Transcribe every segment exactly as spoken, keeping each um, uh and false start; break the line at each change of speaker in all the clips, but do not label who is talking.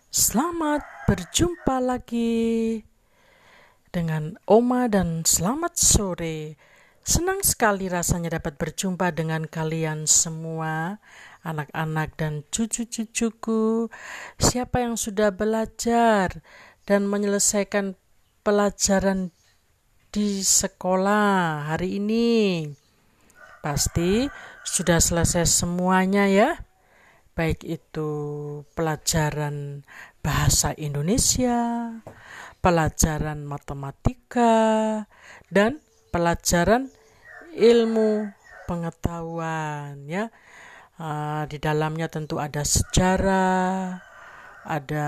Selamat berjumpa lagi dengan Oma dan selamat sore. Senang sekali rasanya dapat berjumpa dengan kalian semua, anak-anak dan cucu-cucuku. Siapa yang sudah belajar dan menyelesaikan pelajaran di sekolah hari ini? Pasti sudah selesai semuanya ya. Baik itu pelajaran bahasa Indonesia, pelajaran matematika, dan pelajaran ilmu pengetahuan ya. Uh, di dalamnya tentu ada sejarah, ada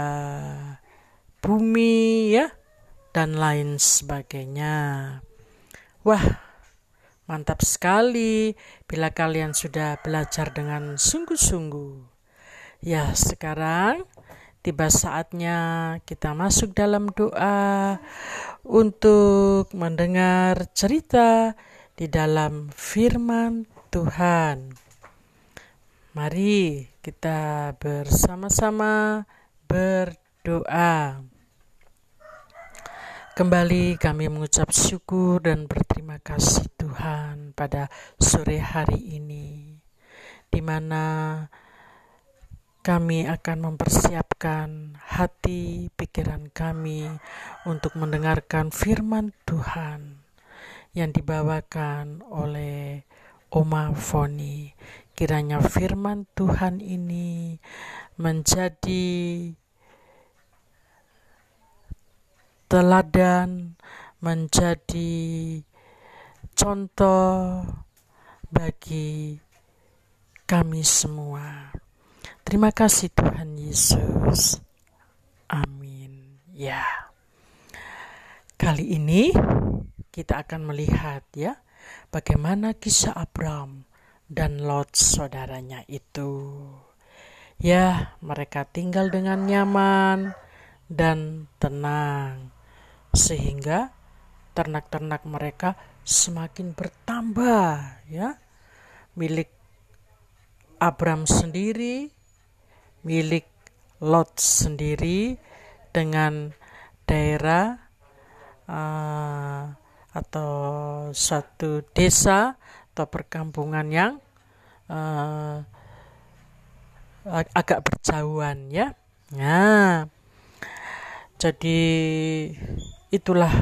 bumi ya, dan lain sebagainya. Wah, mantap sekali bila kalian sudah belajar dengan sungguh-sungguh. Ya, sekarang tiba saatnya kita masuk dalam doa untuk mendengar cerita di dalam firman Tuhan. Mari kita bersama-sama berdoa. Kembali kami mengucap syukur dan berterima kasih Tuhan pada sore hari ini, di mana kami akan mempersiapkan hati pikiran kami untuk mendengarkan firman Tuhan yang dibawakan oleh Oma Foni. Kiranya firman Tuhan ini menjadi teladan, menjadi contoh bagi kami semua. Terima kasih Tuhan Yesus. Amin. Ya. Kali ini kita akan melihat ya bagaimana kisah Abram dan Lot saudaranya itu. Ya, mereka tinggal dengan nyaman dan tenang sehingga ternak-ternak mereka semakin bertambah ya. Milik Abram sendiri, milik Lot sendiri, dengan daerah uh, atau suatu desa atau perkampungan yang uh, agak berjauhan ya. Nah, jadi itulah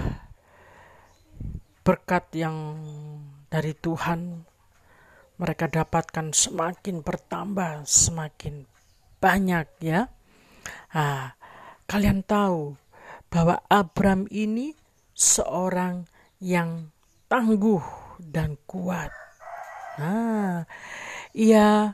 berkat yang dari Tuhan mereka dapatkan semakin bertambah, semakin banyak ya. Nah, kalian tahu bahwa Abram ini seorang yang tangguh dan kuat. Nah, ia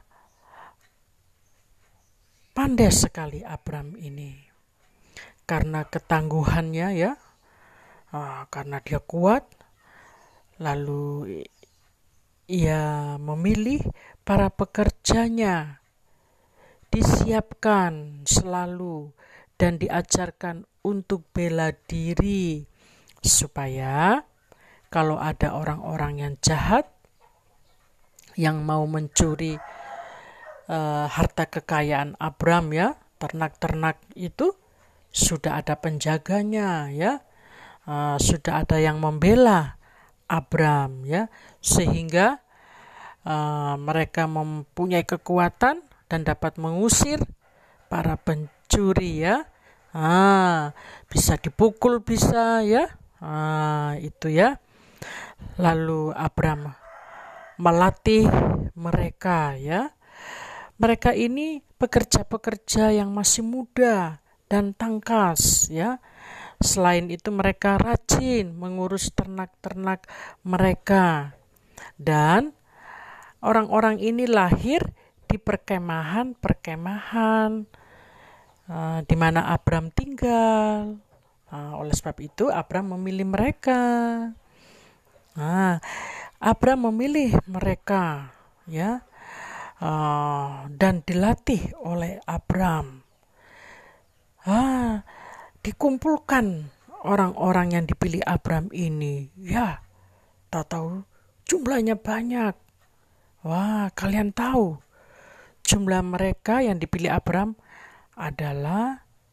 pandai sekali Abram ini karena ketangguhannya ya. Nah, karena dia kuat, lalu ia memilih para pekerjanya, disiapkan selalu dan diajarkan untuk bela diri supaya kalau ada orang-orang yang jahat yang mau mencuri uh, harta kekayaan Abram ya, ternak-ternak itu sudah ada penjaganya ya, uh, sudah ada yang membela Abram ya, sehingga uh, mereka mempunyai kekuatan dan dapat mengusir para pencuri ya. Ah, bisa dipukul bisa ya. Ah, itu ya. Lalu Abram melatih mereka ya. Mereka ini pekerja-pekerja yang masih muda dan tangkas ya. Selain itu mereka rajin mengurus ternak-ternak mereka. Dan orang-orang ini lahir di perkemahan-perkemahan uh, di mana Abram tinggal. Uh, oleh sebab itu Abram memilih mereka. Nah, Abram memilih mereka ya. Uh, dan dilatih oleh Abram. Ah, dikumpulkan orang-orang yang dipilih Abram ini. Ya, tak tahu jumlahnya banyak. Wah, kalian tahu jumlah mereka yang dipilih Abram adalah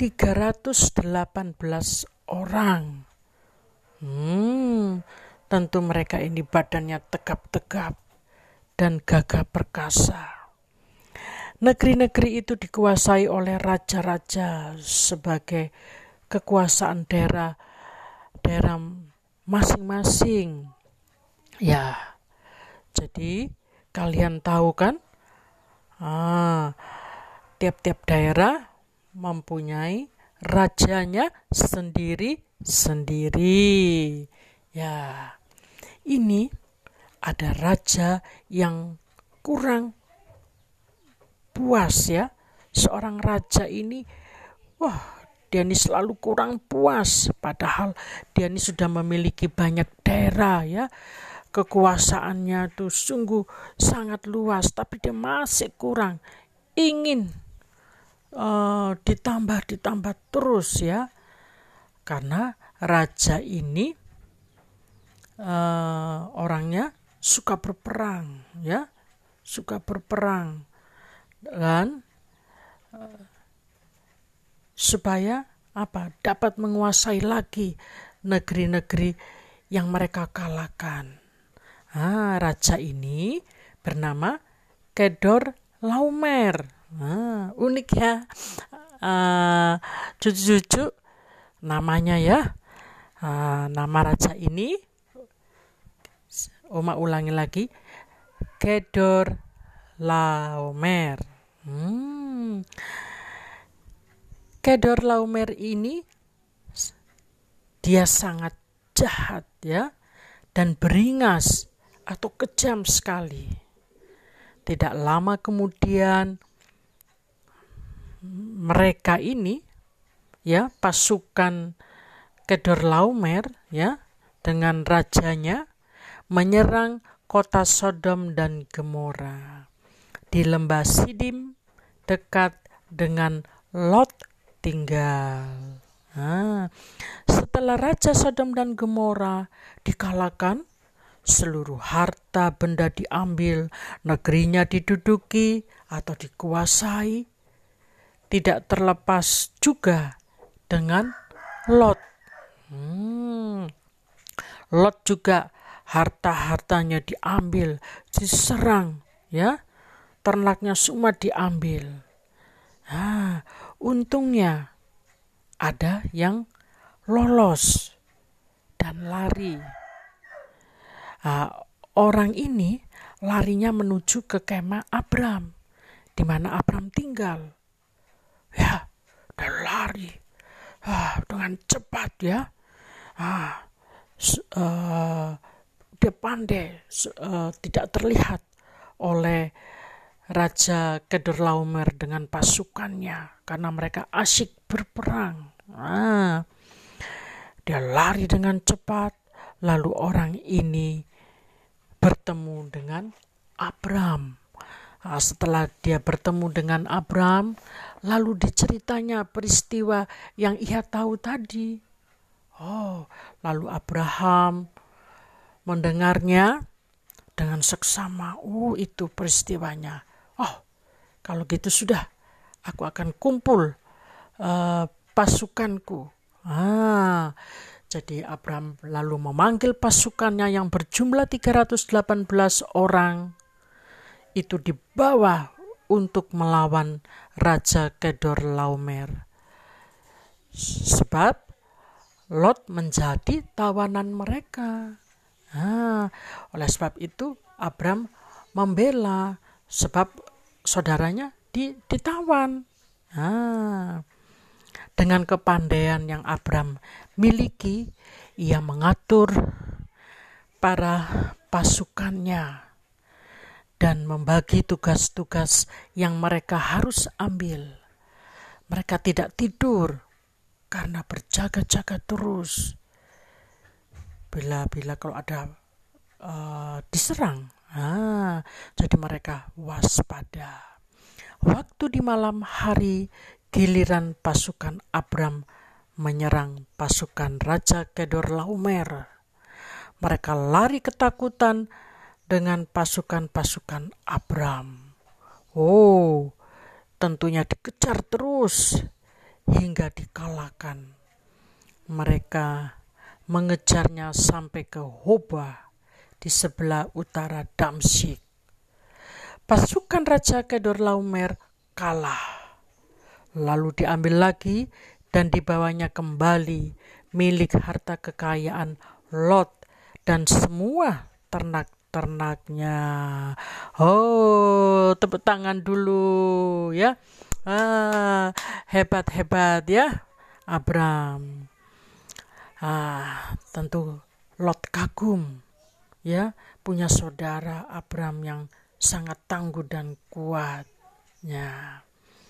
tiga ratus delapan belas orang. Hmm, tentu mereka ini badannya tegap-tegap dan gagah perkasa. Negeri-negeri itu dikuasai oleh raja-raja sebagai kekuasaan daerah daerah masing-masing. Ya, jadi kalian tahu kan? Ah, tiap-tiap daerah mempunyai rajanya sendiri-sendiri. Ya, ini ada raja yang kurang puas ya. Seorang raja ini, wah, dia ini selalu kurang puas. Padahal dia ini sudah memiliki banyak daerah ya. Kekuasaannya tuh sungguh sangat luas, tapi dia masih kurang. Ingin uh, ditambah, ditambah terus ya. Karena raja ini uh, orangnya suka berperang ya. Suka berperang. Dan uh, supaya apa? Dapat menguasai lagi negeri-negeri yang mereka kalahkan. Ah, raja ini bernama Kedor Laomer. Ah, unik ya. Ah, cucu-cucu namanya ya. Ah, nama raja ini, Oma ulangi lagi, Kedor Laomer. Hmm. Kedor Laomer ini dia sangat jahat ya dan beringas atau kejam sekali. Tidak lama kemudian mereka ini ya pasukan Kedor Laomer ya dengan rajanya menyerang kota Sodom dan Gomora di lembah Sidim dekat dengan Lot tinggal. Nah, setelah Raja Sodom dan Gomora dikalahkan, seluruh harta benda diambil, negerinya diduduki atau dikuasai, tidak terlepas juga dengan Lot. Hmm. Lot juga harta-hartanya diambil, diserang, ya, ternaknya semua diambil. Nah, untungnya ada yang lolos dan lari. Nah, orang ini larinya menuju ke kemah Abram, di mana Abram tinggal. Ya, dan lari ah, dengan cepat ya. Ah, uh, dia pandai, uh, tidak terlihat oleh Raja Kedor Laomer dengan pasukannya karena mereka asyik berperang. Ah, dia lari dengan cepat, lalu orang ini bertemu dengan Abram. Nah, setelah dia bertemu dengan Abram, lalu diceritanya peristiwa yang ia tahu tadi. Oh, lalu Abraham mendengarnya dengan seksama. Oh, itu peristiwanya. Oh, kalau gitu sudah, aku akan kumpul uh, pasukanku. Ah, jadi Abraham lalu memanggil pasukannya yang berjumlah tiga ratus delapan belas orang. Itu dibawa untuk melawan Raja Kedor Laomer. Sebab Lot menjadi tawanan mereka. Nah, oleh sebab itu Abram membela sebab saudaranya ditawan. Nah, dengan kepandaian yang Abram miliki, ia mengatur para pasukannya dan membagi tugas-tugas yang mereka harus ambil. Mereka tidak tidur karena berjaga-jaga terus. Bila-bila kalau ada uh, diserang, ah, jadi mereka waspada. Waktu di malam hari, giliran pasukan Abram menyerang pasukan Raja Kedor Laomer. Mereka lari ketakutan dengan pasukan-pasukan Abram. Oh, tentunya dikejar terus. hingga dikalahkan. Mereka mengejarnya sampai ke Hoba di sebelah utara Damsyik. Pasukan Raja Kedorlaomer kalah. Lalu diambil lagi dan dibawanya kembali milik harta kekayaan Lot dan semua ternak-ternaknya. Oh, tepuk tangan dulu ya. Ah, hebat-hebat ya Abram. Ah, tentu Lot kagum ya, punya saudara Abram yang sangat tangguh dan kuatnya.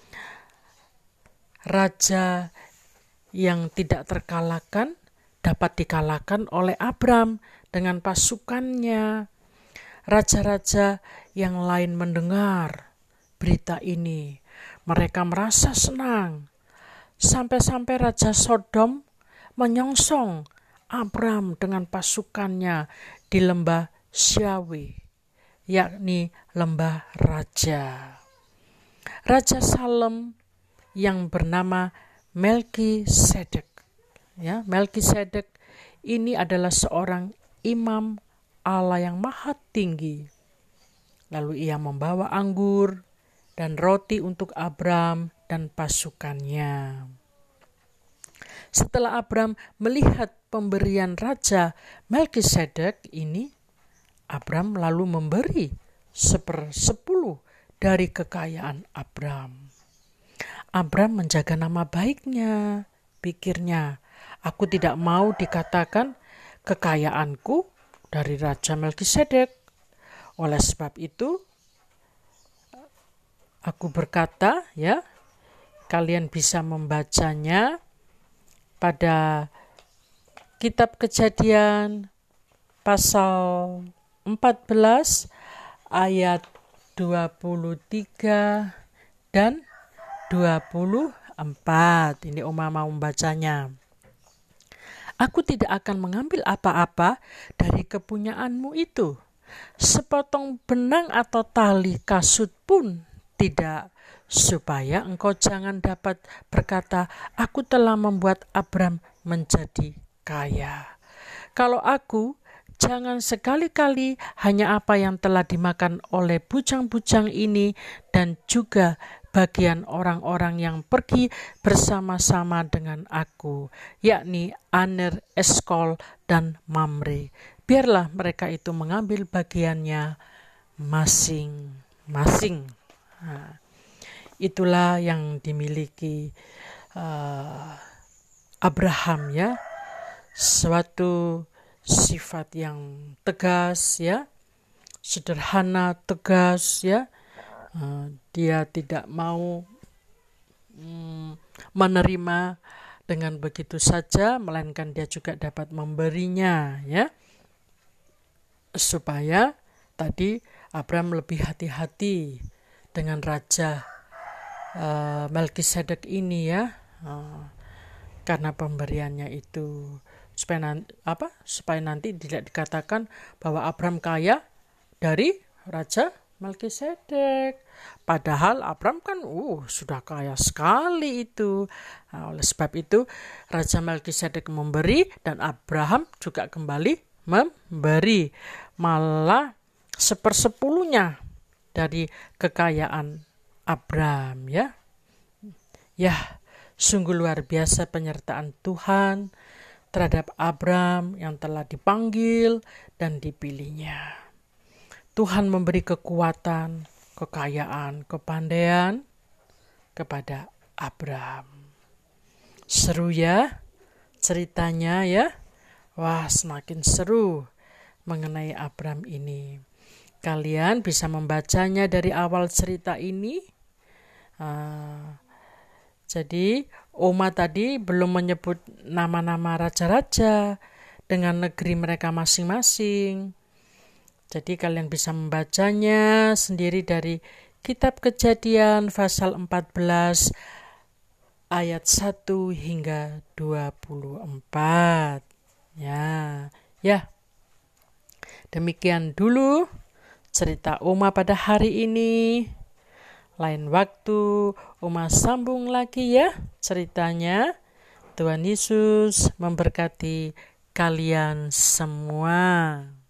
Raja yang tidak terkalahkan dapat dikalahkan oleh Abram dengan pasukannya. Raja-raja yang lain mendengar berita ini, mereka merasa senang. Sampai-sampai Raja Sodom menyongsong Abram dengan pasukannya di lembah Syawe, yakni lembah raja. Raja Salem yang bernama Melkisedek, ya, Melkisedek ini adalah seorang imam Allah yang maha tinggi. Lalu ia membawa anggur dan roti untuk Abram dan pasukannya. Setelah Abram melihat pemberian Raja Melkisedek ini, Abram lalu memberi sepersepuluh dari kekayaan Abram. Abram menjaga nama baiknya, pikirnya, aku tidak mau dikatakan kekayaanku dari Raja Melkisedek. Oleh sebab itu, aku berkata, ya, kalian bisa membacanya pada kitab Kejadian pasal empat belas ayat dua puluh tiga dan dua puluh empat. Ini Oma mau membacanya. Aku tidak akan mengambil apa-apa dari kepunyaanmu itu. Sepotong benang atau tali kasut pun tidak, supaya engkau jangan dapat berkata, aku telah membuat Abram menjadi kaya. Kalau aku, jangan sekali-kali hanya apa yang telah dimakan oleh bujang-bujang ini dan juga bagian orang-orang yang pergi bersama-sama dengan aku, yakni Aner, Eskol, dan Mamre. Biarlah mereka itu mengambil bagiannya masing-masing. Nah, itulah yang dimiliki uh, Abraham, ya, suatu sifat yang tegas, ya, sederhana, tegas, ya. Uh, dia tidak mau um, menerima dengan begitu saja, melainkan dia juga dapat memberinya, ya, supaya tadi Abraham lebih hati-hati dengan Raja uh, Melkisedek ini, ya, uh, karena pemberiannya itu supaya nanti, apa supaya nanti tidak dikatakan bahwa Abraham kaya dari Raja Melkisedek. Padahal Abraham kan uh sudah kaya sekali itu. Nah, oleh sebab itu Raja Melkisedek memberi dan Abraham juga kembali memberi, malah sepersepuluhnya dari kekayaan Abraham, ya. Ya, sungguh luar biasa penyertaan Tuhan terhadap Abraham yang telah dipanggil dan dipilihnya. Tuhan memberi kekuatan, kekayaan, kepandaian kepada Abraham. Seru ya ceritanya, ya. Wah, semakin seru mengenai Abraham ini. Kalian bisa membacanya dari awal cerita ini. Uh, jadi, Oma tadi belum menyebut nama-nama raja-raja dengan negeri mereka masing-masing. Jadi kalian bisa membacanya sendiri dari kitab Kejadian pasal empat belas ayat satu hingga dua puluh empat. Ya, ya. Demikian dulu cerita Oma pada hari ini. Lain waktu Uma sambung lagi ya ceritanya. Tuhan Yesus memberkati kalian semua.